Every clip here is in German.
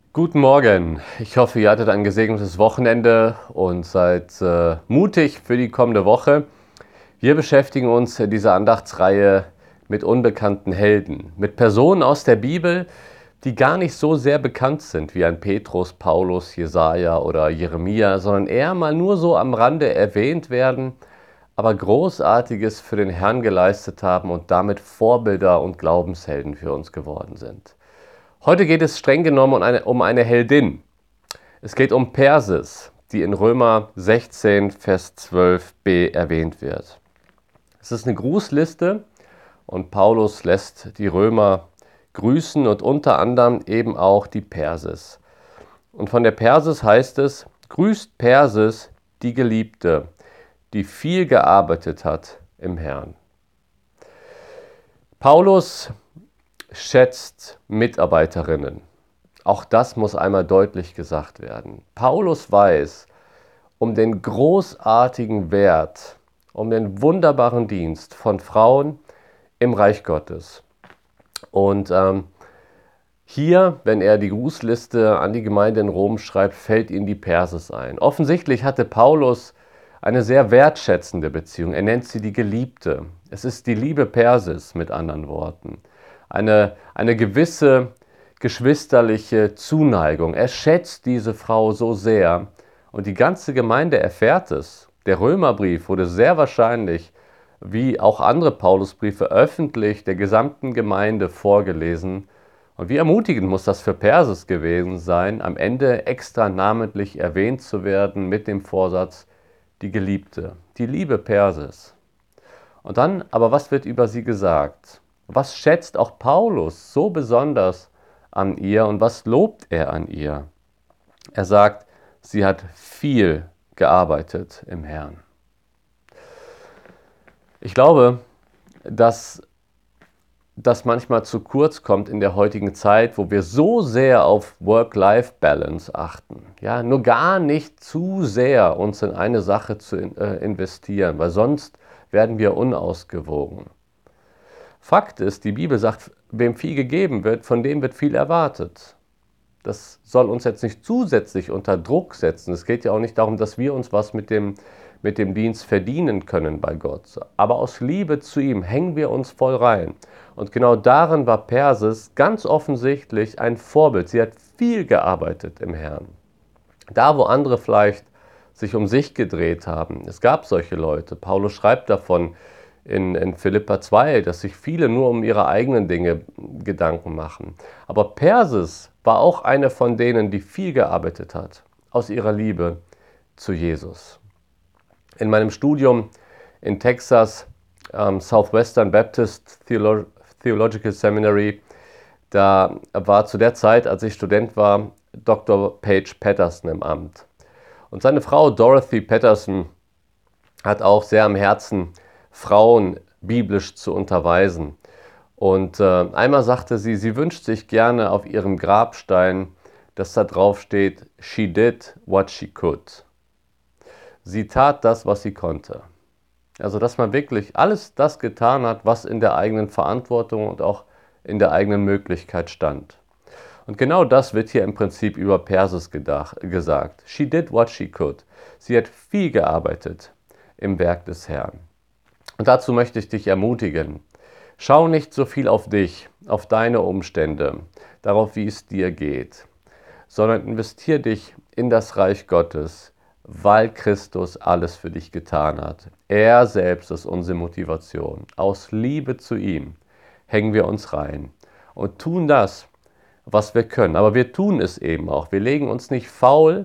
Guten Morgen. Ich hoffe, ihr hattet ein gesegnetes Wochenende und seid mutig für die kommende Woche. Wir beschäftigen uns in dieser Andachtsreihe mit unbekannten Helden, mit Personen aus der Bibel, die gar nicht so sehr bekannt sind wie ein Petrus, Paulus, Jesaja oder Jeremia, sondern eher mal nur so am Rande erwähnt werden, aber Großartiges für den Herrn geleistet haben und damit Vorbilder und Glaubenshelden für uns geworden sind. Heute geht es streng genommen um eine Heldin. Es geht um Persis, die in Römer 16, Vers 12b erwähnt wird. Es ist eine Grußliste und Paulus lässt die Römer grüßen und unter anderem eben auch die Persis. Und von der Persis heißt es: Grüßt Persis, die Geliebte, die viel gearbeitet hat im Herrn. Paulus schätzt Mitarbeiterinnen. Auch das muss einmal deutlich gesagt werden. Paulus weiß um den großartigen Wert, um den wunderbaren Dienst von Frauen im Reich Gottes. Und hier, wenn er die Grußliste an die Gemeinde in Rom schreibt, fällt ihm die Persis ein. Offensichtlich hatte Paulus eine sehr wertschätzende Beziehung. Er nennt sie die Geliebte. Es ist die liebe Persis, mit anderen Worten. Eine gewisse geschwisterliche Zuneigung. Er schätzt diese Frau so sehr und die ganze Gemeinde erfährt es. Der Römerbrief wurde sehr wahrscheinlich, wie auch andere Paulusbriefe, öffentlich der gesamten Gemeinde vorgelesen. Und wie ermutigend muss das für Persis gewesen sein, am Ende extra namentlich erwähnt zu werden mit dem Vorsatz, die Geliebte, die liebe Persis. Und dann, aber was wird über sie gesagt? Was schätzt auch Paulus so besonders an ihr und was lobt er an ihr? Er sagt, sie hat viel gearbeitet im Herrn. Ich glaube, dass das manchmal zu kurz kommt in der heutigen Zeit, wo wir so sehr auf Work-Life-Balance achten. Ja, nur gar nicht zu sehr uns in eine Sache zu investieren, weil sonst werden wir unausgewogen. Fakt ist, die Bibel sagt, wem viel gegeben wird, von dem wird viel erwartet. Das soll uns jetzt nicht zusätzlich unter Druck setzen. Es geht ja auch nicht darum, dass wir uns was mit dem Dienst verdienen können bei Gott. Aber aus Liebe zu ihm hängen wir uns voll rein. Und genau darin war Persis ganz offensichtlich ein Vorbild. Sie hat viel gearbeitet im Herrn. Da, wo andere vielleicht sich um sich gedreht haben. Es gab solche Leute. Paulus schreibt davon in Philipper 2, dass sich viele nur um ihre eigenen Dinge Gedanken machen. Aber Persis war auch eine von denen, die viel gearbeitet hat, aus ihrer Liebe zu Jesus. In meinem Studium in Texas, Southwestern Baptist Theological Seminary, da war zu der Zeit, als ich Student war, Dr. Paige Patterson im Amt. Und seine Frau Dorothy Patterson hat auch sehr am Herzen, Frauen biblisch zu unterweisen. Und einmal sagte sie, sie wünscht sich gerne auf ihrem Grabstein, dass da drauf steht, she did what she could. Sie tat das, was sie konnte. Also, dass man wirklich alles das getan hat, was in der eigenen Verantwortung und auch in der eigenen Möglichkeit stand. Und genau das wird hier im Prinzip über Persis gesagt. She did what she could. Sie hat viel gearbeitet im Werk des Herrn. Und dazu möchte ich dich ermutigen. Schau nicht so viel auf dich, auf deine Umstände, darauf, wie es dir geht, sondern investier dich in das Reich Gottes, weil Christus alles für dich getan hat. Er selbst ist unsere Motivation. Aus Liebe zu ihm hängen wir uns rein und tun das, was wir können. Aber wir tun es eben auch. Wir legen uns nicht faul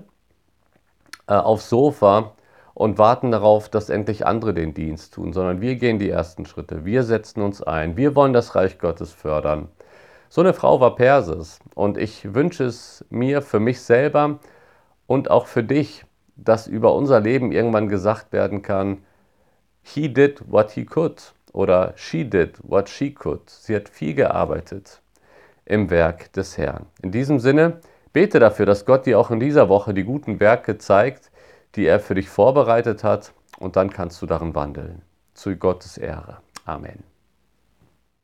aufs Sofa und warten darauf, dass endlich andere den Dienst tun, sondern wir gehen die ersten Schritte. Wir setzen uns ein. Wir wollen das Reich Gottes fördern. So eine Frau war Persis und ich wünsche es mir für mich selber und auch für dich, dass über unser Leben irgendwann gesagt werden kann, he did what he could oder she did what she could. Sie hat viel gearbeitet im Werk des Herrn. In diesem Sinne, bete dafür, dass Gott dir auch in dieser Woche die guten Werke zeigt, die er für dich vorbereitet hat, und dann kannst du darin wandeln. Zu Gottes Ehre. Amen.